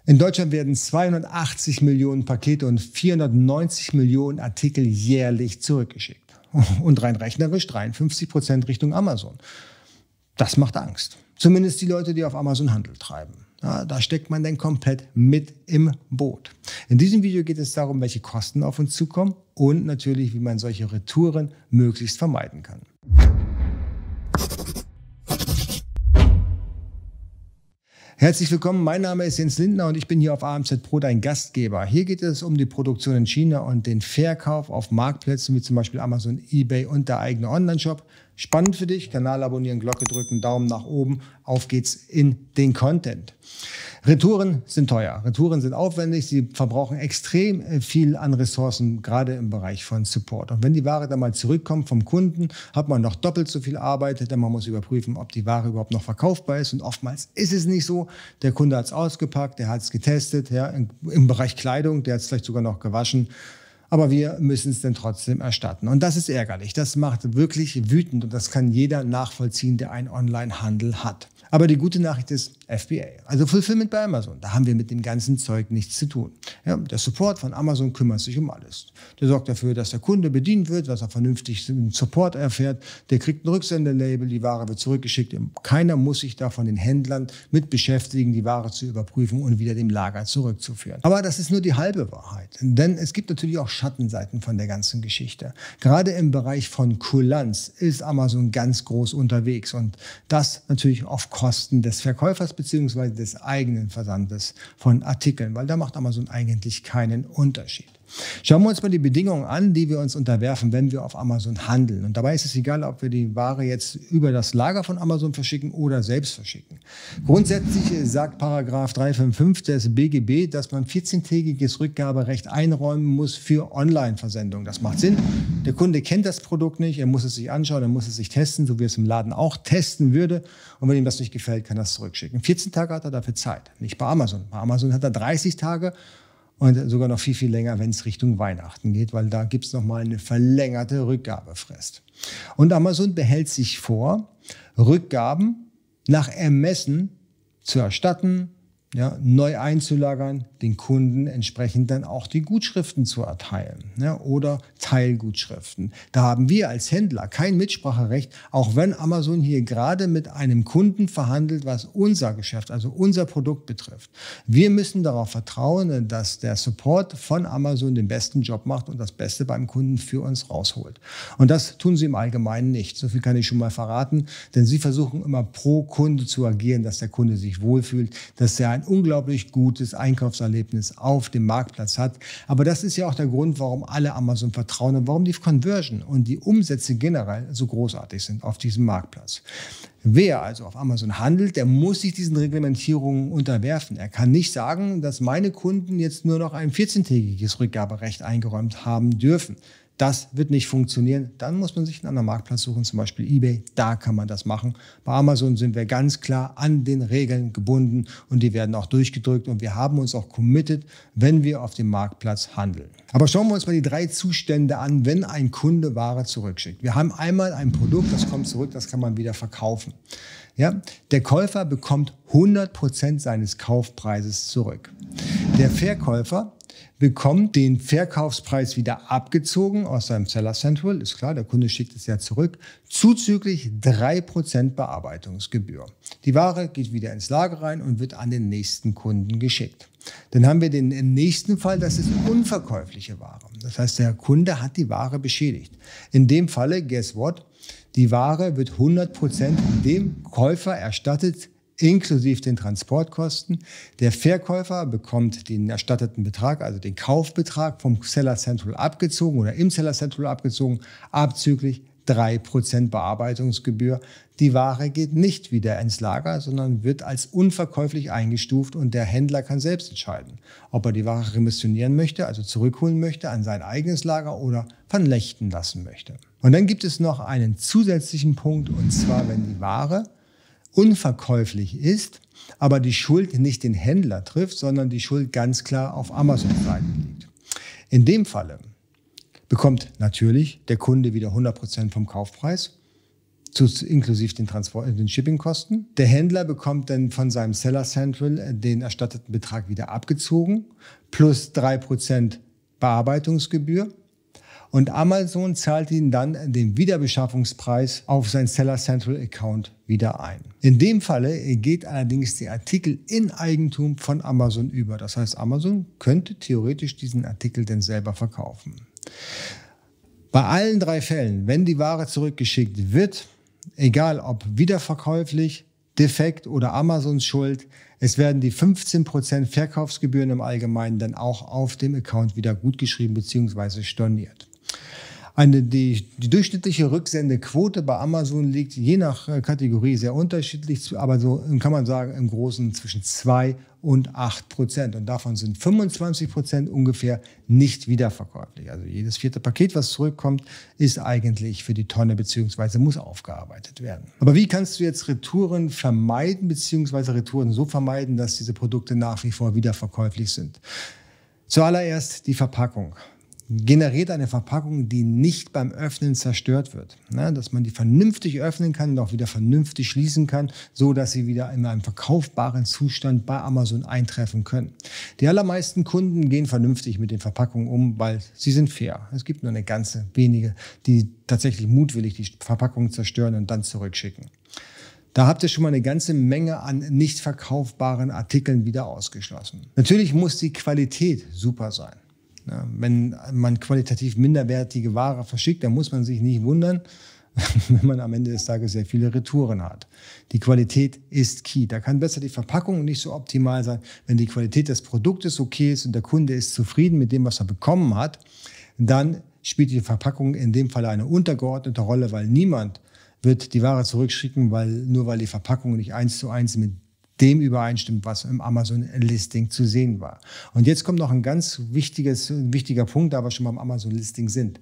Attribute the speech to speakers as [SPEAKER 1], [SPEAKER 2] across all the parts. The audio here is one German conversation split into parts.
[SPEAKER 1] In Deutschland werden 280 Millionen Pakete und 490 Millionen Artikel jährlich zurückgeschickt. Und rein rechnerisch 53% Richtung Amazon. Das macht Angst. Zumindest die Leute, die auf Amazon Handel treiben. Ja, da steckt man dann komplett mit im Boot. In diesem Video geht es darum, welche Kosten auf uns zukommen und natürlich, wie man solche Retouren möglichst vermeiden kann. Herzlich willkommen, mein Name ist Jens Lindner und ich bin hier auf AMZ Pro, dein Gastgeber. Hier geht es um die Produktion in China und den Verkauf auf Marktplätzen wie zum Beispiel Amazon, eBay und der eigene Onlineshop. Spannend für dich, Kanal abonnieren, Glocke drücken, Daumen nach oben, auf geht's in den Content. Retouren sind teuer, Retouren sind aufwendig, sie verbrauchen extrem viel an Ressourcen, gerade im Bereich von Support. Und wenn die Ware dann mal zurückkommt vom Kunden, hat man noch doppelt so viel Arbeit, denn man muss überprüfen, ob die Ware überhaupt noch verkaufbar ist. Und oftmals ist es nicht so. Der Kunde hat es ausgepackt, der hat es getestet, ja, im Bereich Kleidung, der hat es vielleicht sogar noch gewaschen. Aber wir müssen es dann trotzdem erstatten. Und das ist ärgerlich. Das macht wirklich wütend und das kann jeder nachvollziehen, der einen Onlinehandel hat. Aber die gute Nachricht ist FBA, also Fulfillment bei Amazon. Da haben wir mit dem ganzen Zeug nichts zu tun. Ja, der Support von Amazon kümmert sich um alles. Der sorgt dafür, dass der Kunde bedient wird, dass er vernünftig den Support erfährt. Der kriegt ein Rücksendelabel, die Ware wird zurückgeschickt. Keiner muss sich da von den Händlern mit beschäftigen, die Ware zu überprüfen und wieder dem Lager zurückzuführen. Aber das ist nur die halbe Wahrheit. Denn es gibt natürlich auch Schattenseiten von der ganzen Geschichte. Gerade im Bereich von Kulanz ist Amazon ganz groß unterwegs und das natürlich auf Kosten des Verkäufers bzw. des eigenen Versandes von Artikeln, weil da macht Amazon eigentlich keinen Unterschied. Schauen wir uns mal die Bedingungen an, die wir uns unterwerfen, wenn wir auf Amazon handeln. Und dabei ist es egal, ob wir die Ware jetzt über das Lager von Amazon verschicken oder selbst verschicken. Grundsätzlich sagt Paragraph 355 des BGB, dass man 14-tägiges Rückgaberecht einräumen muss für Online-Versendung. Das macht Sinn. Der Kunde kennt das Produkt nicht, er muss es sich anschauen, er muss es sich testen, so wie er es im Laden auch testen würde. Und wenn ihm das nicht gefällt, kann er es zurückschicken. 14 Tage hat er dafür Zeit, nicht bei Amazon. Bei Amazon hat er 30 Tage. Und sogar noch viel, viel länger, wenn es Richtung Weihnachten geht, weil da gibt es nochmal eine verlängerte Rückgabefrist. Und Amazon behält sich vor, Rückgaben nach Ermessen zu erstatten, ja, neu einzulagern, den Kunden entsprechend dann auch die Gutschriften zu erteilen, ja, oder Teilgutschriften. Da haben wir als Händler kein Mitspracherecht, auch wenn Amazon hier gerade mit einem Kunden verhandelt, was unser Geschäft, also unser Produkt betrifft. Wir müssen darauf vertrauen, dass der Support von Amazon den besten Job macht und das Beste beim Kunden für uns rausholt. Und das tun sie im Allgemeinen nicht. So viel kann ich schon mal verraten, denn sie versuchen immer pro Kunde zu agieren, dass der Kunde sich wohlfühlt, dass er ein unglaublich gutes Einkaufserlebnis auf dem Marktplatz hat. Aber das ist ja auch der Grund, warum alle Amazon vertrauen und warum die Conversion und die Umsätze generell so großartig sind auf diesem Marktplatz. Wer also auf Amazon handelt, der muss sich diesen Reglementierungen unterwerfen. Er kann nicht sagen, dass meine Kunden jetzt nur noch ein 14-tägiges Rückgaberecht eingeräumt haben dürfen. Das wird nicht funktionieren. Dann muss man sich einen anderen Marktplatz suchen, zum Beispiel eBay. Da kann man das machen. Bei Amazon sind wir ganz klar an den Regeln gebunden und die werden auch durchgedrückt. Und wir haben uns auch committed, wenn wir auf dem Marktplatz handeln. Aber schauen wir uns mal die 3 Zustände an, wenn ein Kunde Ware zurückschickt. Wir haben einmal ein Produkt, das kommt zurück, das kann man wieder verkaufen. Ja, der Käufer bekommt 100% seines Kaufpreises zurück. Der Verkäufer bekommt den Verkaufspreis wieder abgezogen aus seinem Seller Central, ist klar, der Kunde schickt es ja zurück, zuzüglich 3% Bearbeitungsgebühr. Die Ware geht wieder ins Lager rein und wird an den nächsten Kunden geschickt. Dann haben wir den nächsten Fall, das ist unverkäufliche Ware. Das heißt, der Kunde hat die Ware beschädigt. In dem Falle, guess what? Die Ware wird 100% dem Käufer erstattet, inklusive den Transportkosten. Der Verkäufer bekommt den erstatteten Betrag, also den Kaufbetrag vom Seller Central abgezogen oder im Seller Central abgezogen, abzüglich 3% Bearbeitungsgebühr. Die Ware geht nicht wieder ins Lager, sondern wird als unverkäuflich eingestuft und der Händler kann selbst entscheiden, ob er die Ware remissionieren möchte, also zurückholen möchte an sein eigenes Lager oder vernichten lassen möchte. Und dann gibt es noch einen zusätzlichen Punkt, und zwar, wenn die Ware unverkäuflich ist, aber die Schuld nicht den Händler trifft, sondern die Schuld ganz klar auf Amazon-Seite liegt. In dem Falle bekommt natürlich der Kunde wieder 100% vom Kaufpreis. inklusive den Shippingkosten. Der Händler bekommt dann von seinem Seller Central den erstatteten Betrag wieder abgezogen, plus 3% Bearbeitungsgebühr. Und Amazon zahlt ihn dann den Wiederbeschaffungspreis auf sein Seller Central Account wieder ein. In dem Falle geht allerdings der Artikel in Eigentum von Amazon über. Das heißt, Amazon könnte theoretisch diesen Artikel dann selber verkaufen. Bei allen 3 Fällen, wenn die Ware zurückgeschickt wird, egal ob wiederverkäuflich, defekt oder Amazons Schuld, es werden die 15% Verkaufsgebühren im Allgemeinen dann auch auf dem Account wieder gutgeschrieben bzw. storniert. Die durchschnittliche Rücksendequote bei Amazon liegt je nach Kategorie sehr unterschiedlich, aber so kann man sagen im Großen zwischen 2 und 8%. Und davon sind 25% ungefähr nicht wiederverkäuflich. Also jedes 4. Paket, was zurückkommt, ist eigentlich für die Tonne bzw. muss aufgearbeitet werden. Aber wie kannst du jetzt Retouren vermeiden bzw. Retouren so vermeiden, dass diese Produkte nach wie vor wiederverkäuflich sind? Zuallererst die Verpackung. Generiert eine Verpackung, die nicht beim Öffnen zerstört wird. Dass man die vernünftig öffnen kann und auch wieder vernünftig schließen kann, so dass sie wieder in einem verkaufbaren Zustand bei Amazon eintreffen können. Die allermeisten Kunden gehen vernünftig mit den Verpackungen um, weil sie sind fair. Es gibt nur eine ganze wenige, die tatsächlich mutwillig die Verpackung zerstören und dann zurückschicken. Da habt ihr schon mal eine ganze Menge an nicht verkaufbaren Artikeln wieder ausgeschlossen. Natürlich muss die Qualität super sein. Ja, wenn man qualitativ minderwertige Ware verschickt, dann muss man sich nicht wundern, wenn man am Ende des Tages sehr viele Retouren hat. Die Qualität ist key. Da kann besser die Verpackung nicht so optimal sein. Wenn die Qualität des Produktes okay ist und der Kunde ist zufrieden mit dem, was er bekommen hat, dann spielt die Verpackung in dem Fall eine untergeordnete Rolle, weil niemand wird die Ware zurückschicken, nur weil die Verpackung nicht 1:1 mit dem übereinstimmt, was im Amazon-Listing zu sehen war. Und jetzt kommt noch ein ganz wichtiger Punkt, da wir schon beim Amazon-Listing sind.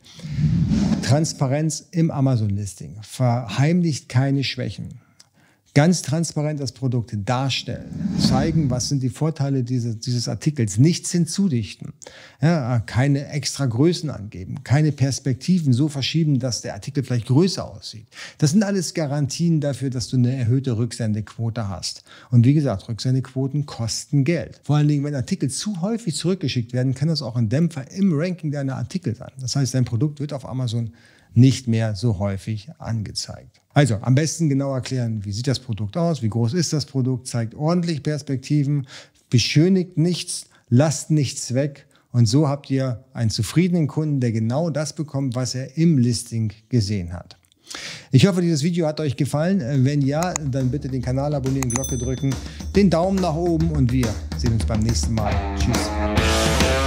[SPEAKER 1] Transparenz im Amazon-Listing. Verheimlicht keine Schwächen. Ganz transparent das Produkt darstellen, zeigen, was sind die Vorteile dieses Artikels, nichts hinzudichten, ja, keine extra Größen angeben, keine Perspektiven so verschieben, dass der Artikel vielleicht größer aussieht. Das sind alles Garantien dafür, dass du eine erhöhte Rücksendequote hast. Und wie gesagt, Rücksendequoten kosten Geld. Vor allen Dingen, wenn Artikel zu häufig zurückgeschickt werden, kann das auch ein Dämpfer im Ranking deiner Artikel sein. Das heißt, dein Produkt wird auf Amazon nicht mehr so häufig angezeigt. Also am besten genau erklären, wie sieht das Produkt aus, wie groß ist das Produkt, zeigt ordentlich Perspektiven, beschönigt nichts, lasst nichts weg und so habt ihr einen zufriedenen Kunden, der genau das bekommt, was er im Listing gesehen hat. Ich hoffe, dieses Video hat euch gefallen. Wenn ja, dann bitte den Kanal abonnieren, Glocke drücken, den Daumen nach oben und wir sehen uns beim nächsten Mal. Tschüss.